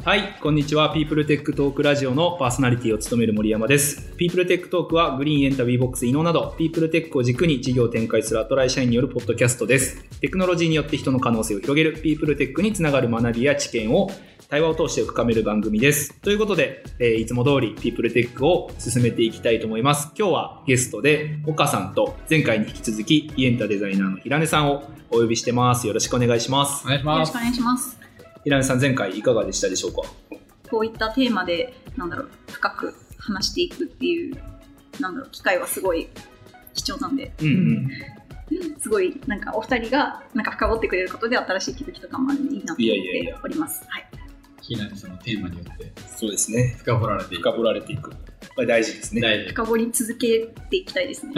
はい、こんにちは。ピープルテックトークラジオのパーソナリティを務める森山です。ピープルテックトークはグリーンエンタビーボックス伊能などピープルテックを軸に事業を展開するアトライ社員によるポッドキャストです。テクノロジーによって人の可能性を広げるピープルテックにつながる学びや知見を対話を通して深める番組です。ということで、いつも通りピープルテックを進めていきたいと思います。今日はゲストで岡さんと前回に引き続きイエンタデザイナーの平根さんをお呼びしてます。よろしくお願いします。 お願いします。よろしくお願いします。 平根さん、前回いかがでしたでしょうか？ こういったテーマで深く話していくっていう機会はすごい貴重なんで、すごいお二人が深掘ってくれることで新しい気づきとかもあるのでいいなと思っております。はい。 平根さんのテーマによってそうですね、深掘られていく、これ大事ですね。 深掘り続けていきたいですね。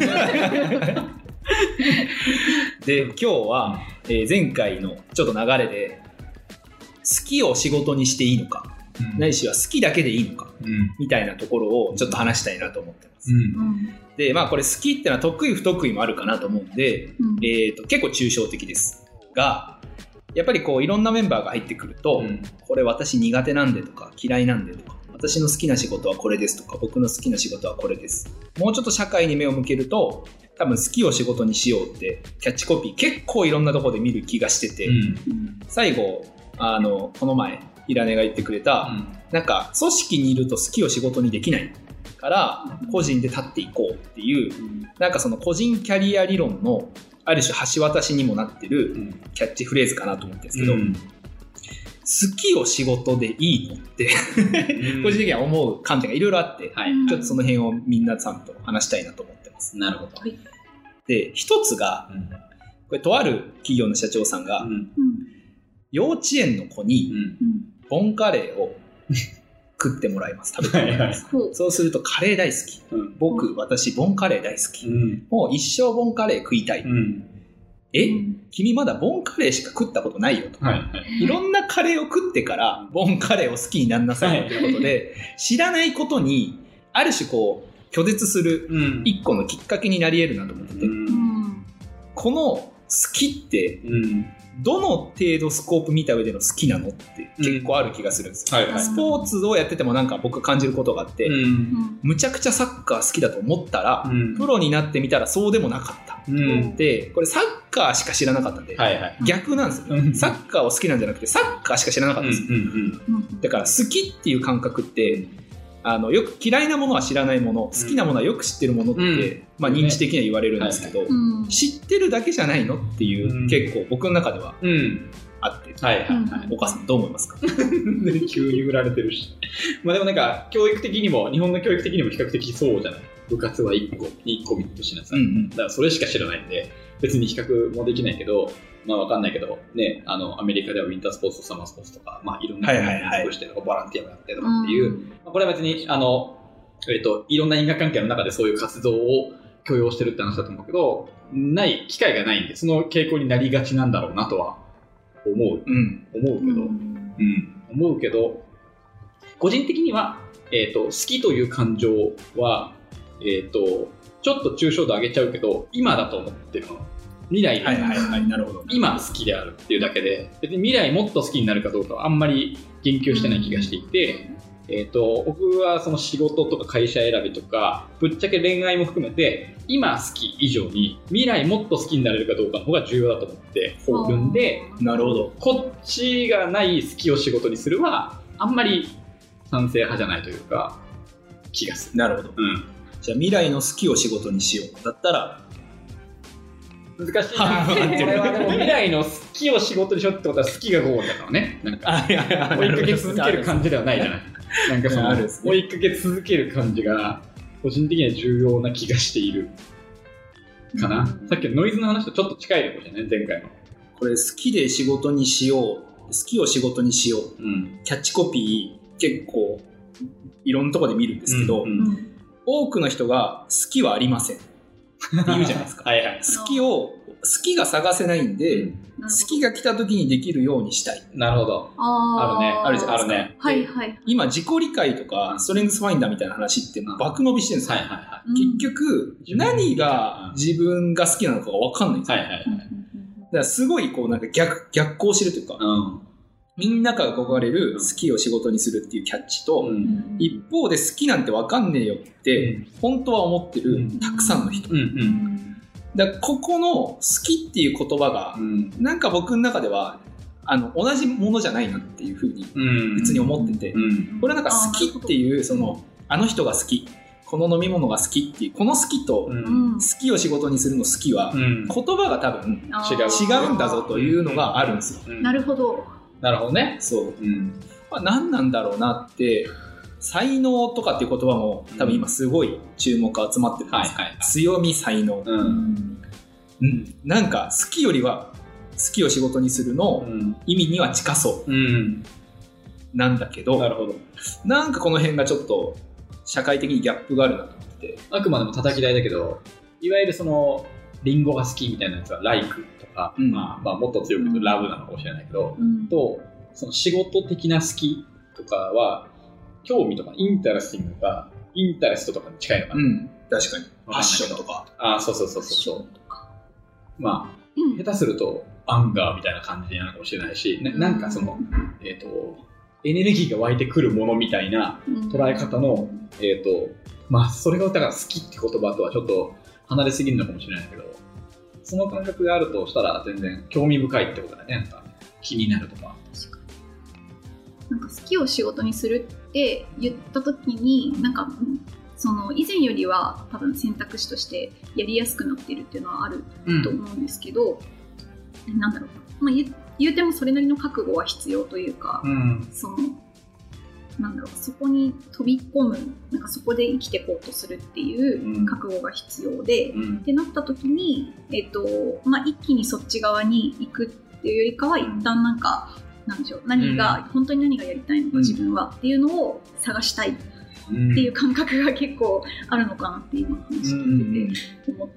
で、今日は、前回のちょっと流れで好きを仕事にしていいのか、ないしは好きだけでいいのか、みたいなところをちょっと話したいなと思ってます。で、これ好きってのは得意不得意もあるかなと思うんで、結構抽象的ですが、やっぱりこういろんなメンバーが入ってくると、これ私苦手なんでとか嫌いなんでとか、私の好きな仕事はこれですとか、僕の好きな仕事はこれです。もうちょっと社会に目を向けると、多分好きを仕事にしようってキャッチコピー結構いろんなところで見る気がしてて、最後この前平根が言ってくれた、組織にいると好きを仕事にできないから個人で立っていこうっていう、その個人キャリア理論のある種橋渡しにもなってるキャッチフレーズかなと思ってるんですけど、好きを仕事でいいのって個人的には思う観点がいろいろあって、ちょっとその辺をみんなさんと話したいなと思ってます。 なるほど。 で、一つが、これとある企業の社長さんが、幼稚園の子にボンカレーを食ってもらいます。食べてもらいます。そうするとカレー大好き。私ボンカレー大好き。もう一生ボンカレー食いたい。君まだボンカレーしか食ったことないよと。いろんなカレーを食ってからボンカレーを好きになりなさいということで、知らないことにある種こう拒絶する一個のきっかけになり得るなと思ってて、この好きってどの程度スコープ見た上での好きなのって結構ある気がするんですよ。スポーツをやってても僕感じることがあって、むちゃくちゃサッカー好きだと思ったら、プロになってみたらそうでもなかった。で、これサッカーしか知らなかったんで、逆なんですよ。サッカーを好きなんじゃなくてサッカーしか知らなかったんですよ。だから好きっていう感覚ってよく嫌いなものは知らないもの、好きなものはよく知ってるものって、認知的には言われるんですけど、知ってるだけじゃないのっていう、結構僕の中ではあって、お母さんどう思いますか？ 急に売られてるし。でも教育的にも、日本の教育的にも比較的そうじゃない。部活は1個にコミットしなさい。だからそれしか知らないんで、別に比較もできないけど、わかんないけど、ね、アメリカではウィンタースポーツとサマースポーツとか、いろんなものに属してボランティアをやってとかっていう、これは別に、いろんな因果関係の中でそういう活動を許容してるって話だと思うけど、機会がないんで、その傾向になりがちなんだろうなとは思うけど、個人的には、好きという感情は、ちょっと抽象度上げちゃうけど、今だと思ってるの。未来今好きであるっていうだけで、別に未来もっと好きになるかどうかはあんまり言及してない気がしていて、僕はその仕事とか会社選びとかぶっちゃけ恋愛も含めて今好き以上に未来もっと好きになれるかどうかの方が重要だと思ってるんで、こっちがない好きを仕事にするはあんまり賛成派じゃないというか気がする。 なるほど、じゃあ未来の好きを仕事にしようだったら難しいな。これはでも未来の好きを仕事にしようってことは好きがゴールだからね。追いかけ続ける感じではないじゃない。追いかけ続ける感じが個人的には重要な気がしているかな。さっきのノイズの話とちょっと近いところじゃね、前回の。 これ好きで仕事にしよう、好きを仕事にしよう、キャッチコピー結構いろんなところで見るんですけど、多くの人が好きはありませんって言うじゃないですか。好きが探せないんで、好きが来た時にできるようにしたい。 なるほど。あるじゃないですか。 今自己理解とかストレングスファインダーみたいな話って爆伸びしてるんですよ。結局何が自分が好きなのかが分かんないんですよ。だからすごい逆行してるというか、 みんなが憧れる好きを仕事にするっていうキャッチと、一方で好きなんて分かんねえよって本当は思ってるたくさんの人、だからここの好きっていう言葉がなんか僕の中では同じものじゃないなっていうふうに別に思ってて、これはなんか好きっていうそのあの人が好き、この飲み物が好きっていうこの好きと好きを仕事にするの好きは言葉が多分違うんだぞというのがあるんですよ。 なるほど。 なるほどね。 そう。何なんだろうなって、才能とかっていう言葉も多分今すごい注目集まってるんです。強み、才能。なんか好きよりは好きを仕事にするの意味には近そう。なんだけど、 なるほど。 なんかこの辺がちょっと社会的にギャップがあるなと思って。 あくまでも叩き台だけど、いわゆるそのリンゴが好きみたいなやつはライクとか、まあもっと強く言うとラブなのかもしれないけど、とその仕事的な好きとかは興味とかインタレスティングがインタレストとかに近いのかな。 確かに。ファッションとか。 そう。まあ下手するとアンガーみたいな感じになるかもしれないし、なんかそのエネルギーが湧いてくるものみたいな捉え方のまあそれがだから好きって言葉とはちょっと離れすぎるのかもしれないけど、その感覚があるとしたら全然興味深いってことだね。なんか気になるとか。 確かに。なんか好きを仕事にするって言った時に、なんかその以前よりは多分選択肢としてやりやすくなっているっていうのはあると思うんですけど、なんだろう、まあ、言うてもそれなりの覚悟は必要というか、そのなんだろう、そこに飛び込む、なんかそこで生きていこうとするっていう覚悟が必要で、ってなった時に、まあ、一気にそっち側に行くっていうよりかは、一旦なんかなんでしょう、本当に何がやりたいのか自分はっていうのを探したいっていう感覚が結構あるのかなって今話聞いてて思って、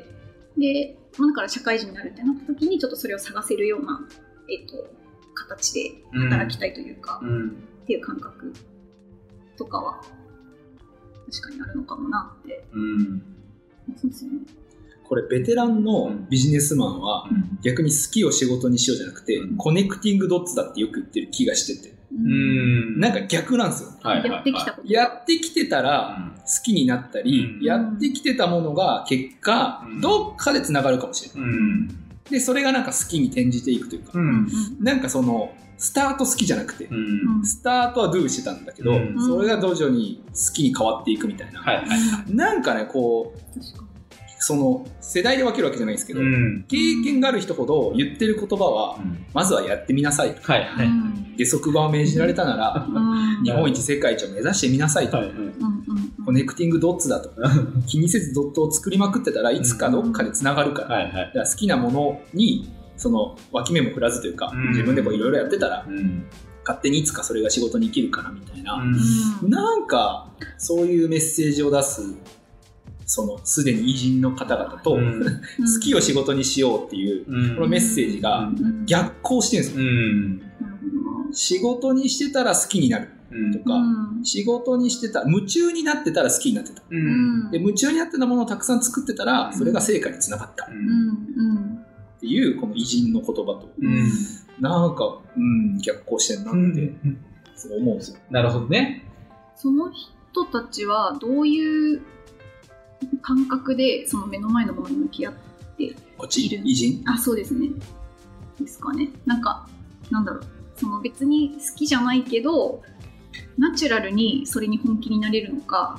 で、だから社会人になるってなった時にちょっとそれを探せるような、形で働きたいというか、っていう感覚とかは確かにあるのかもなって、そうですよね。 これベテランのビジネスマンは逆に好きを仕事にしようじゃなくて、コネクティングドッツだってよく言ってる気がしてて、なんか逆なんですよ。やってきてたら好きになったり、やってきてたものが結果どっかでつながるかもしれない。でそれがなんか好きに転じていくというか、なんかそのスタート好きじゃなくて、スタートはドゥしてたんだけど、それが徐々に好きに変わっていくみたいな、なんかねこうその世代で分けるわけじゃないんですけど、経験がある人ほど言ってる言葉は、まずはやってみなさいと、下足場を命じられたなら、日本一世界一を目指してみなさいと、コネクティングドッツだと気にせずドットを作りまくってたらいつかどっかでつながるから、だから好きなものにその脇目も振らずというか、自分でいろいろやってたら、勝手にいつかそれが仕事に生きるかなみたいな、なんかそういうメッセージを出すそのすでに偉人の方々と、好きを仕事にしようっていうこのメッセージが逆行してるんですよ。仕事にしてたら好きになるとか、仕事にしてた夢中になってたら好きになってた、で夢中になってたものをたくさん作ってたらそれが成果につながった、っていうこの偉人の言葉と、なんか、逆行してるなってそう思うんですよ。 なるほどね。 その人たちはどういう感覚でその目の前のものに向き合っている？ こっち偉人？ そうですね。ですかね。なんかなんだろう、その別に好きじゃないけどナチュラルにそれに本気になれるのか、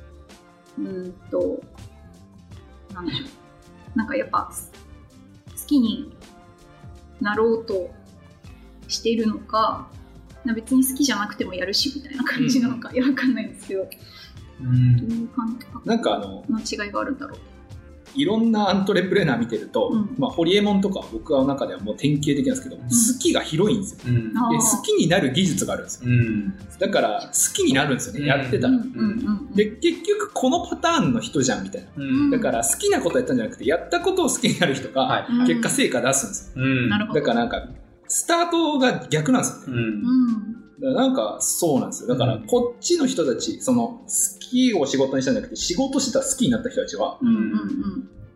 なんでしょう。なんかやっぱ好きになろうとしているのか、別に好きじゃなくてもやるしみたいな感じなのか、わかんないんですけど。どういう感覚の違いがあるんだろう。 いろんなアントレプレナー見てると、ホリエモンとか僕は中ではもう典型的なんですけど、好きが広いんですよ、で好きになる技術があるんですよ、だから好きになるんですよね、やってたら、で結局このパターンの人じゃんみたいな、だから好きなことやったんじゃなくてやったことを好きになる人が結果成果出すんですよ、だからなんかスタートが逆なんですよね、なんかそうなんですよ。だからこっちの人たち、その好きを仕事にしたんじゃなくて仕事してたら好きになった人たちは、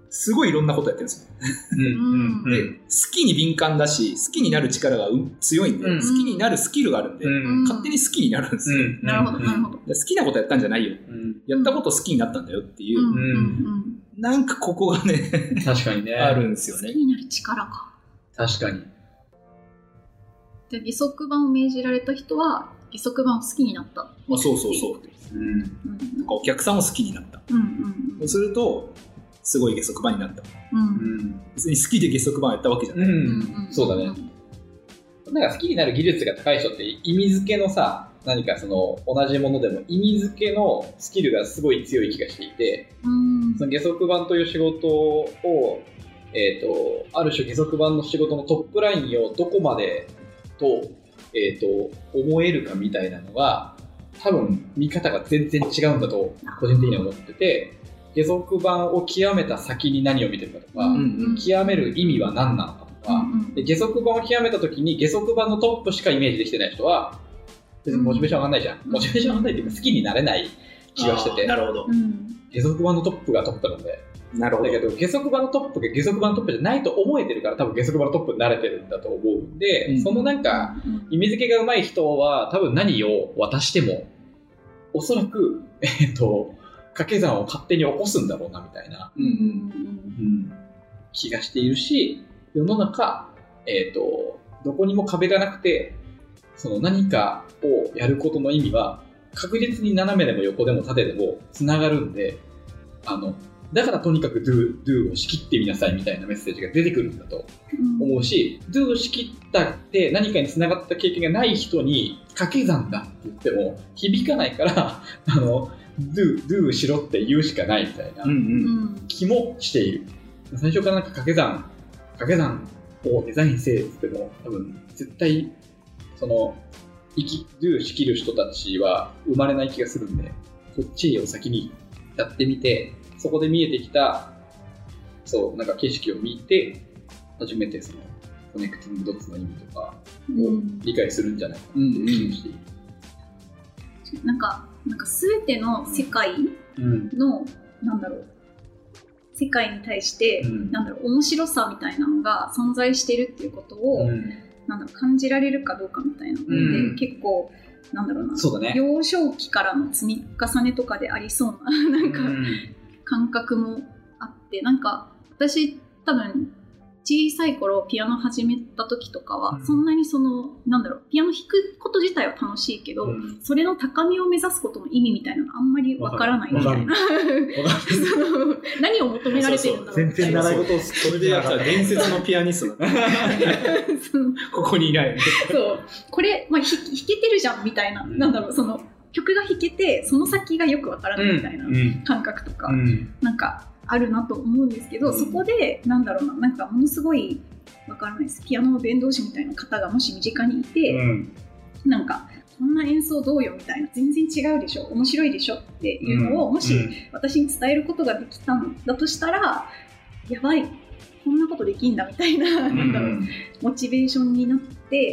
すごいいろんなことやってるんですよ。で、好きに敏感だし、好きになる力が強いんで、好きになるスキルがあるんで、勝手に好きになるんですよ。 なるほど、なるほど。 好きなことやったんじゃないよ。やったこと好きになったんだよっていう。なんかここがね、 確かにね。 あるんですよね。 好きになる力か。 確かに。 で、義足版を命じられた人は、義足版を好きになった。 まあ、そうそうそう。なんかお客さんを好きになった。そうすると、すごい義足版になった。別に好きで義足版やったわけじゃない。 そうだね。なんか好きになる技術が高い人って意味付けのさ、何かその同じものでも意味付けのスキルがすごい強い気がしていて、その義足版という仕事を、ある種義足版の仕事のトップラインをどこまでと、思えるかみたいなのが多分見方が全然違うんだと個人的には思ってて、義足版を極めた先に何を見てるかとか、極める意味は何なのかとか、で義足版を極めた時に義足版のトップしかイメージできてない人は別にモチベーション上がんないじゃん。モチベーション上がんないっていうか好きになれない気がしてて。 なるほど。 義足版のトップがトップなので。 なるほど。 だけど義足版のトップが義足版のトップじゃないと思えてるから多分義足版のトップに慣れてるんだと思うんで、そのなんか意味付けが上手い人は多分何を渡してもおそらく掛け算を勝手に起こすんだろうなみたいな気がしているし、世の中、どこにも壁がなくて、その何かをやることの意味は確実に斜めでも横でも縦でもつながるんで、だからとにかく do を仕切ってみなさいみたいなメッセージが出てくるんだと思うし、do を仕切ったって何かにつながった経験がない人に掛け算だって言っても響かないからdo しろって言うしかないみたいな気もしている。最初からなんか掛け算をデザインせえって言っても多分絶対そのdo 仕切る人たちは生まれない気がするんで、こっちを先にやってみて、そこで見えてきたなんか景色を見て初めてそのコネクティングドッツの意味とかを理解するんじゃないかなって気がしている。 なんか全ての世界の、世界に対して、面白さみたいなのが存在してるっていうことを、感じられるかどうかみたいなので、結構そうだね、 幼少期からの積み重ねとかでありそうななんか感覚もあって、なんか私多分小さい頃ピアノ始めた時とかは、そんなにピアノ弾くこと自体は楽しいけど、それの高みを目指すことの意味みたいなのあんまりわからないみたいな何を求められてるんだろうみたいな。全然習い事をそれでやったら伝説のピアニストだここにいないそうこれ、弾けてるじゃんみたいな、曲が弾けてその先がよくわからないみたいな感覚とか、なんかあるなと思うんですけど、そこでなんかものすごいわからないです、ピアノの伝道師みたいな方がもし身近にいて、なんかこんな演奏どうよみたいな、全然違うでしょ、面白いでしょっていうのをもし私に伝えることができたんだとしたら、やばいこんなことできんだみたいな、モチベーションになって、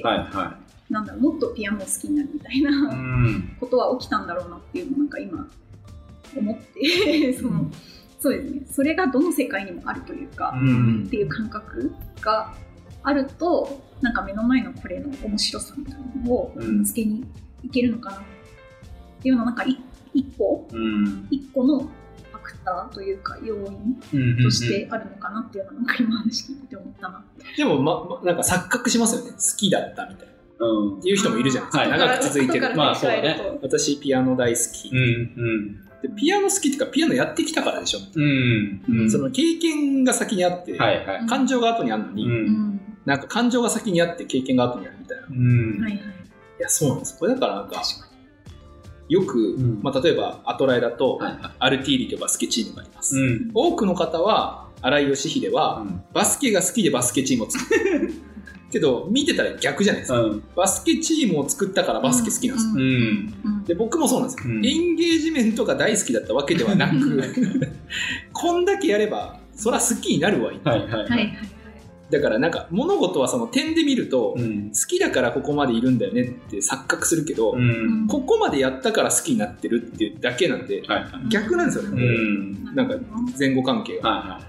もっとピアノを好きになるみたいなことは起きたんだろうなっていうのをなんか今思ってそうですね、それがどの世界にもあるというか、っていう感覚があると、なんか目の前のこれの面白さみたいなのを見つけにいけるのかなっていうのは、なんか一個のファクターというか要因としてあるのかなっていうのは、なんか今話聞いて思ったな。 でも、なんか錯覚しますよね、好きだったみたいな。っていう人もいるじゃないですか、長く続いてる。 まあそうだね。 私ピアノ大好き。でピアノ好きっていうか、ピアノやってきたからでしょ。その経験が先にあって、感情が後にあるのに、なんか感情が先にあって経験が後にあるみたいな。いや、そうなんです。これだからなんか、よく、例えばアトラエだと、アルティーリとバスケチームがあります。多くの方は、新井義秀は、バスケが好きでバスケチームを作る。けど見てたら逆じゃないですか、バスケチームを作ったからバスケ好きなんですよ、で僕もそうなんですよ、エンゲージメントが大好きだったわけではなくこんだけやればそら好きになるわい、だからなんか物事はその点で見ると、好きだからここまでいるんだよねって錯覚するけど、ここまでやったから好きになってるっていうだけなんで、逆なんですよね、なんか前後関係が、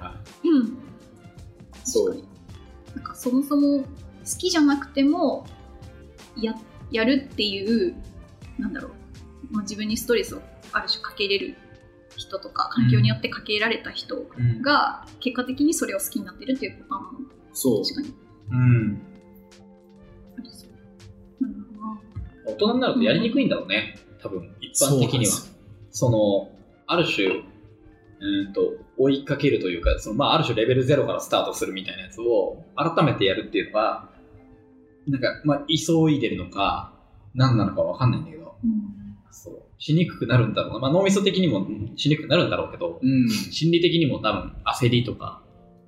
そう。 なんかそもそも好きじゃなくてもやるっていう、なんだろう、自分にストレスをある種かけれる人とか、環境によってかけられた人が、結果的にそれを好きになってるっていうパターンも、 そう。 確かに。 大人になるとやりにくいんだろうね、多分、一般的には。ある種、追いかけるというか、ある種レベル0からスタートするみたいなやつを改めてやるっていうのは、なんか、急いでるのか、何なのか分かんないんだけど、しにくくなるんだろうな。脳みそ的にもしにくくなるんだろうけど、心理的にも多分焦りとか、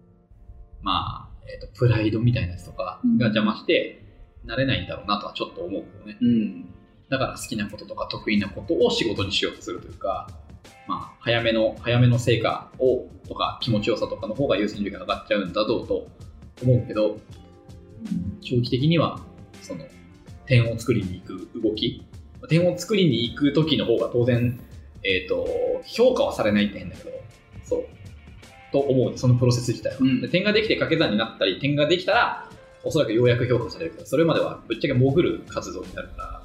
プライドみたいなやつとかが邪魔して、なれないんだろうなとはちょっと思うけどね。だから好きなこととか得意なことを仕事にしようとするというか、早めの成果をとか気持ちよさとかの方が優先順位が上がっちゃうんだろうと思うけど、長期的には点を作りに行く動き、点を作りに行く時の方が当然、評価はされないって変だけど、そうと思う、そのプロセス自体は。で点ができて掛け算になったり、点ができたらおそらくようやく評価されるけど、それまではぶっちゃけ潜る活動になるから、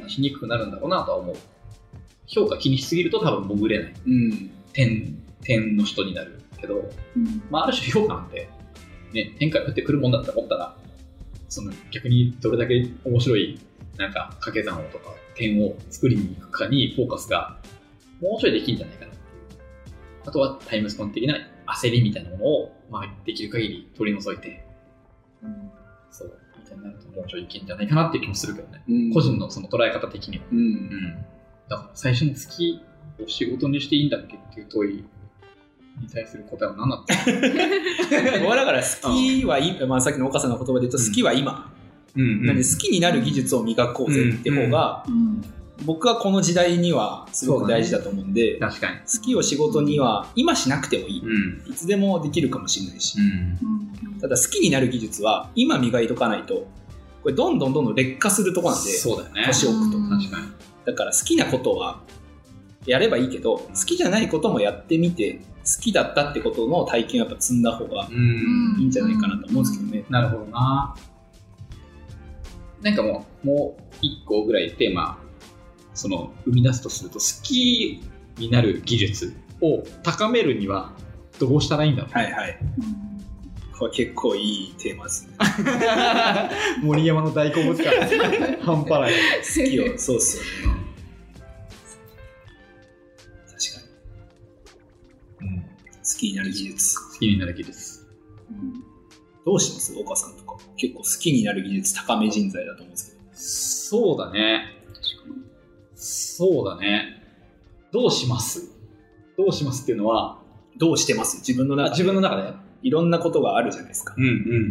しにくくなるんだろうなとは思う。評価気にしすぎると多分潜れない、点の人になるけど、ある種評価なんて、ね、点から降ってくるもんだって思ったら、逆にどれだけ面白いなんか掛け算をとか点を作りに行くかにフォーカスがもうちょいできるんじゃないかなっていう。あとはタイムスパン的な焦りみたいなものを、できる限り取り除いて、そうみたいになるともうちょいいけんじゃないかなっていう気もするけどね、個人の捉え方的には。だから最初の好きを仕事にしていいんだっけっていう問いに対する答えは何だったの？だから好きは、さっきの岡さんの言葉で言うと好きは今、なんで好きになる技術を磨こうぜって方が、僕はこの時代にはすごく大事だと思うんで、 確かに好きを仕事には今しなくてもいい、いつでもできるかもしれないし、ただ好きになる技術は今磨いとかないとこれどんどん劣化するとこなんで、 そうだよね、 年を置くと。 確かに。 だから好きなことはやればいいけど、好きじゃないこともやってみて、好きだったってことの体験をやっぱ積んだ方がいいんじゃないかなと思うんですけどね。 なるほどな。なんかもう一個ぐらいテーマ生み出すとすると、好きになる技術を高めるにはどうしたらいいんだろう。 はいはい。これ結構いいテーマですね。 森山の大好物感半端ない。 好きを、そうっすよね。確かに。好きになる技術。 好きになる技術。 どうします？岡さんとか。結構好きになる技術高め人材だと思うんですけど。 そうだね。そうだね。どうしますっていうのは、 どうしてます？自分の中で。 自分の中でいろんなことがあるじゃないですか。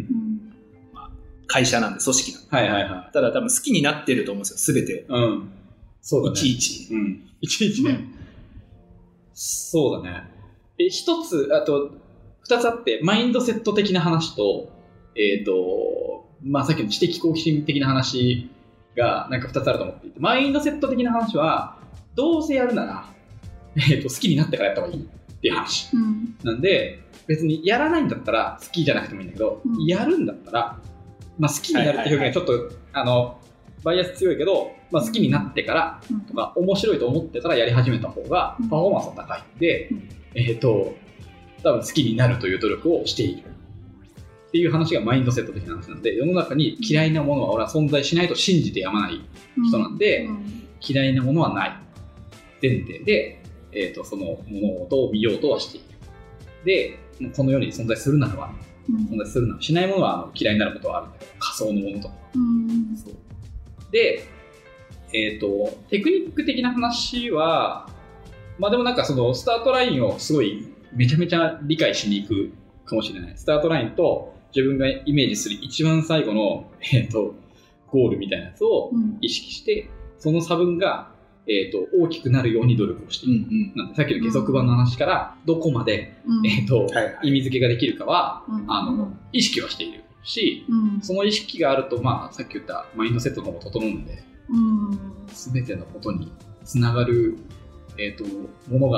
会社なんで、組織なんで。 はいはいはい。 ただ多分好きになってると思うんですよ、すべてを。そうだね。 いちいち。 いちいちね。そうだね。一つ、あと、二つあって、マインドセット的な話と、さっきの知的好奇心的な話がなんか2つあると思っていて、マインドセット的な話はどうせやるなら、好きになってからやった方がいいっていう話、なんで、別にやらないんだったら好きじゃなくてもいいんだけど、やるんだったら、好きになるっていう表現はちょっと、バイアス強いけど、好きになってからとか、面白いと思ってたらやり始めた方がパフォーマンスが高いんで、多分好きになるという努力をしているっていう話がマインドセット的な話なんで、世の中に嫌いなものは俺は存在しないと信じてやまない人なんで、嫌いなものはない前提で、その物事を見ようとはしている。で、この世に存在するならば、存在するならしないものは嫌いになることはあるんだけど、仮想のものとか。そうで、テクニック的な話は、でもなんかスタートラインをすごいめちゃめちゃ理解しに行くかもしれない。スタートラインと自分がイメージする一番最後の、ゴールみたいなやつを意識して、その差分が、大きくなるように努力をしている。なんでさっきの下足版の話からどこまで、意味付けができるかは、意識はしているし、その意識があると、さっき言ったマインドセットの方も整うんで、全てのことにつながる、ものが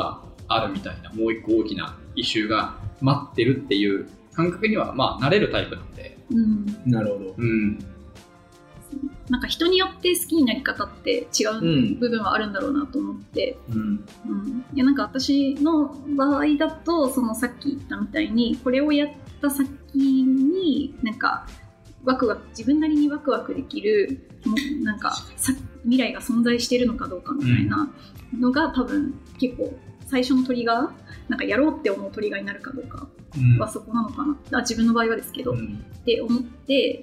あるみたいな、もう一個大きなイシューが待ってるっていう感覚にはまあ慣れるタイプなんで。 なるほど。 なんか人によって好きになり方って違う部分はあるんだろうなと思って、いやなんか私の場合だとそのさっき言ったみたいにこれをやった先になんか自分なりにワクワクできるなんか未来が存在しているのかどうかみたいなのが多分結構最初のトリガーなんかやろうって思うトリガーになるかどうかはそこなのかな、自分の場合はですけど、って思って。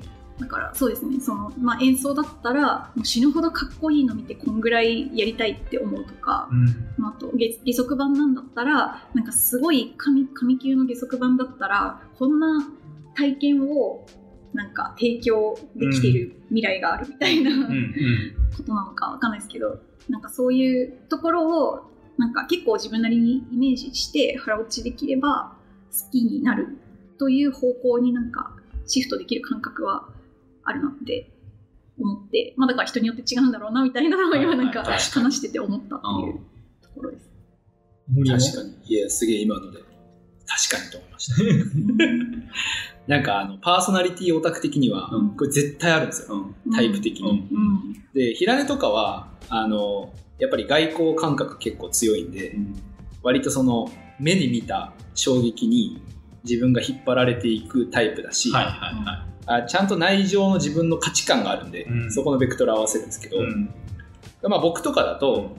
だからそうですね、演奏だったらもう死ぬほどかっこいいの見てこんぐらいやりたいって思うとか、あと下足版なんだったらなんかすごい神級の下足版だったらこんな体験をなんか提供できている未来があるみたいなことなのかわかんないですけど、なんかそういうところをなんか結構自分なりにイメージして腹落ちできれば好きになるという方向になんかシフトできる感覚はあるなって思って、だから人によって違うんだろうなみたいなのを今なんか話してて思ったっていうところです。 確かに。いや、すげえ今ので確かにと思いました。なんかパーソナリティオタク的にはこれ絶対あるんですよ、タイプ的に。で、平根とかはやっぱり外交感覚結構強いんで、割とその目に見た衝撃に自分が引っ張られていくタイプだし、ちゃんと内情の自分の価値観があるんで、そこのベクトル合わせるんですけど、僕とかだと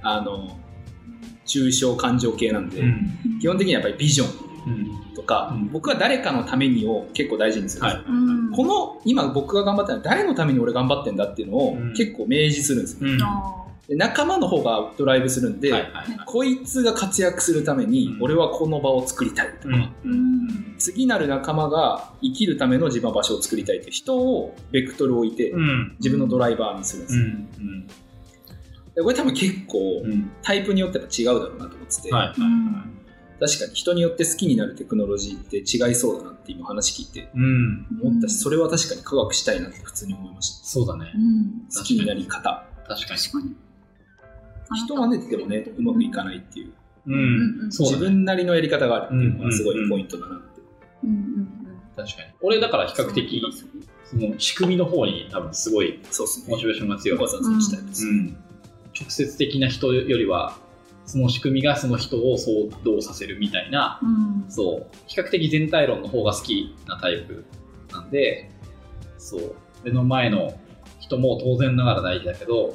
抽象感情系なんで、基本的にはやっぱりビジョンとか、僕は誰かのためにを結構大事にするんですよ。この今僕が頑張ってるのは誰のために俺頑張ってんだっていうのを結構明示するんですよ。で仲間の方がドライブするんで、こいつが活躍するために俺はこの場を作りたいとか、次なる仲間が生きるための自分の場所を作りたいって人をベクトルを置いて自分のドライバーにするんですよ。でこれ多分結構タイプによってやっぱ違うだろうなと思ってて、確かに人によって好きになるテクノロジーって違いそうだなって今話聞いて思ったし、それは確かに科学したいなって普通に思いました。 そうだね。 好きになり方。 確かに。 人はね、でもね、うまくいかないっていう。自分なりのやり方があるっていうのがすごいポイントだなって。 確かに。俺だから比較的、その仕組みの方に多分すごいモチベーションが強い。直接的な人よりは、その仕組みがその人を想像させるみたいな、比較的全体論の方が好きなタイプなんで、目の前の人も当然ながら大事だけど、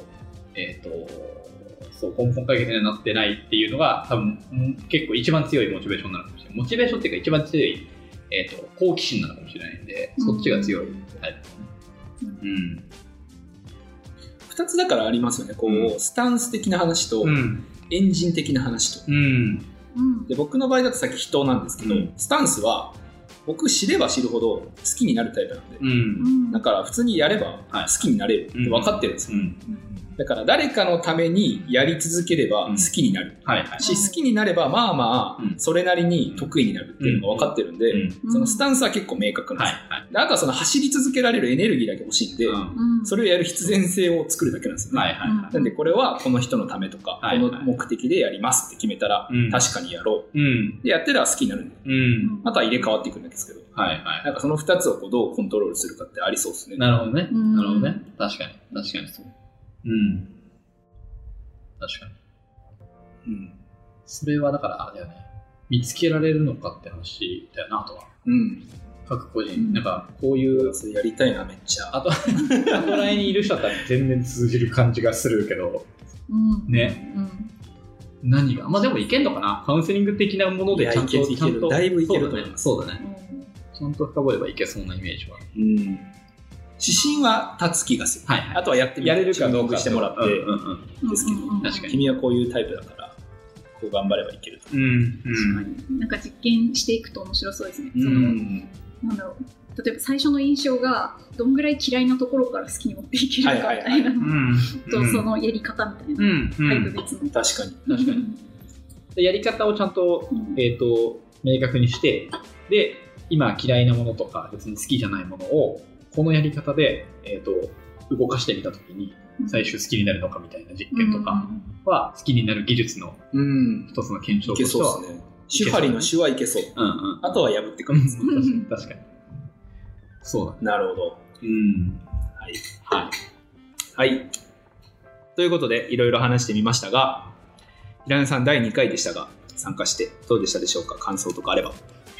根本解決にはなってないっていうのが多分結構一番強いモチベーションなのかもしれない。モチベーションっていうか一番強い、好奇心なのかもしれないんで、そっちが強いタイプですね。 2つだからありますよね。スタンス的な話と、エンジン的な話と。で僕の場合だとさっき人なんですけど、スタンスは僕知れば知るほど好きになるタイプなんで、だから普通にやれば好きになれるって分かってるんですよ。だから誰かのためにやり続ければ好きになるし、好きになればまあそれなりに得意になるっていうのが分かってるんで、そのスタンスは結構明確なんですよ。であとはその走り続けられるエネルギーだけ欲しいんで、それをやる必然性を作るだけなんですよね。なんでこれはこの人のためとか、この目的でやりますって決めたら確かにやろう。でやってたら好きになるんで、あとは入れ替わっていくんですけど、なんかその2つをどうコントロールするかってありそうですね。 なるほどね。確かにそう。確かに。それはだからあれだよね。見つけられるのかって話だよな、あとは。各個人、なんかこういう。 それやりたいな、めっちゃ。 あと、アトライにいる人だったら全然通じる感じがするけど。ね。何がでもいけんのかな、カウンセリング的なものでちゃんと。 だいぶいけると思います。 そうだね。ちゃんと深掘ればいけそうなイメージは。 指針は立つ気がする。あとはやってみて、 やれるかどうかしてもらってですけど、確かに君はこういうタイプだからこう頑張ればいけると。 なんか実験していくと面白そうですね。なんだろう、例えば最初の印象がどんぐらい嫌いなところから好きに持っていけるかみたいなのと、そのやり方みたいなタイプ別の。 確かに。 やり方をちゃんと明確にして、で今嫌いなものとか別に好きじゃないものをこのやり方で、動かしてみたときに最終好きになるのかみたいな実験とかは好きになる技術の一つの検証としては、 いけそうですね。手張りの手はいけそう。あとは破ってくるんですね。 確かに。そうだ。 なるほど。はい。はい。はい。ということで、いろいろ話してみましたが、平根さん第2回でしたが、参加してどうでしたでしょうか？感想とかあれば。 はい。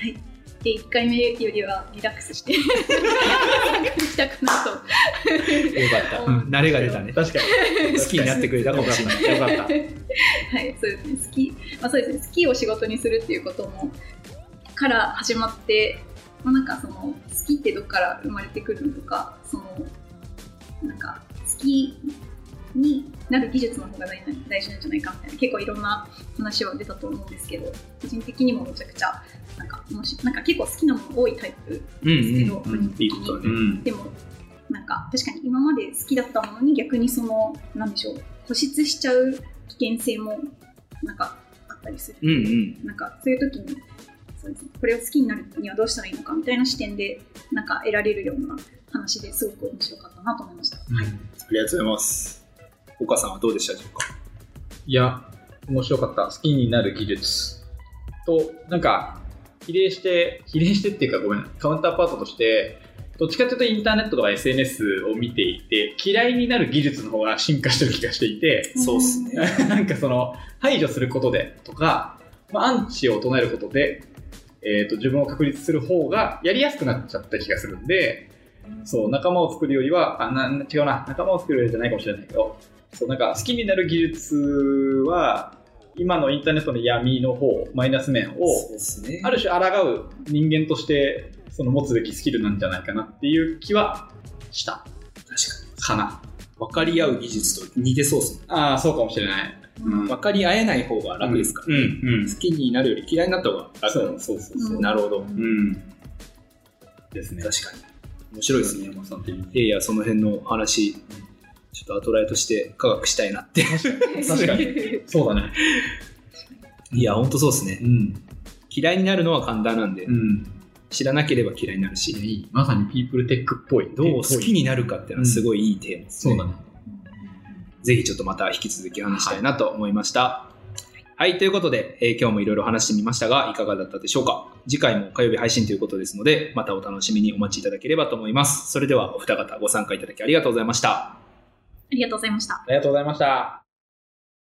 で、1回目よりはリラックスして参加できたかなと。 よかった。慣れが出たね。確かに。好きになってくれたかもしれない。よかった。はい、 そうですね。そうですね。スキーを仕事にするっていうこともから始まって、なんかその好きってどこから生まれてくるのとか、そのなんか好きになる技術の方が大事なんじゃないかみたいな、結構いろんな話は出たと思うんですけど、個人的にもめちゃくちゃなんか結構好きなもの多いタイプですけど、 いいことだね。 でもなんか確かに今まで好きだったものに逆にそのなんでしょう、固執しちゃう危険性もなんかあったりする。なんかそういう時にそうですね、これを好きになるにはどうしたらいいのかみたいな視点でなんか得られるような話ですごく面白かったなと思いました。 ありがとうございます。岡さんはどうでしたでしょうか？ いや、面白かった。好きになる技術と、なんか比例してっていうか、ごめん、カウンターパートとしてどっちかというとインターネットとか SNS を見ていて、嫌いになる技術の方が進化してる気がしていて、 そうですね。 なんかその排除することでとか、アンチを唱えることで、自分を確立する方がやりやすくなっちゃった気がするんで、そう仲間を作るよりは違うな、仲間を作るよりじゃないかもしれないけど、そうなんか好きになる技術は今のインターネットの闇の方、マイナス面をある種抗う人間としてその持つべきスキルなんじゃないかなっていう気はした。 確かな。 分かり合う技術と似てそうですね。 そうかもしれない。 分かり合えない方が楽ですからね。好きになるより嫌いになった方が楽。そう。なるほど。ですね。確かに。面白いですね。いや、その辺の話、ちょっとアトライとして科学したいなって。 確かに。そうだね。 いや、ほんとそうですね。嫌いになるのは簡単なんで、知らなければ嫌いになるし。 まさにピープルテックっぽい。 どう好きになるかっていうのはすごいいいテーマですね。 そうだね。 ぜひちょっとまた引き続き話したいなと思いました。はい、ということで、今日もいろいろ話してみましたが、いかがだったでしょうか？次回も火曜日配信ということですので、またお楽しみにお待ちいただければと思います。それではお二方ご参加いただきありがとうございました。 ありがとうございました。 ありがとうございました。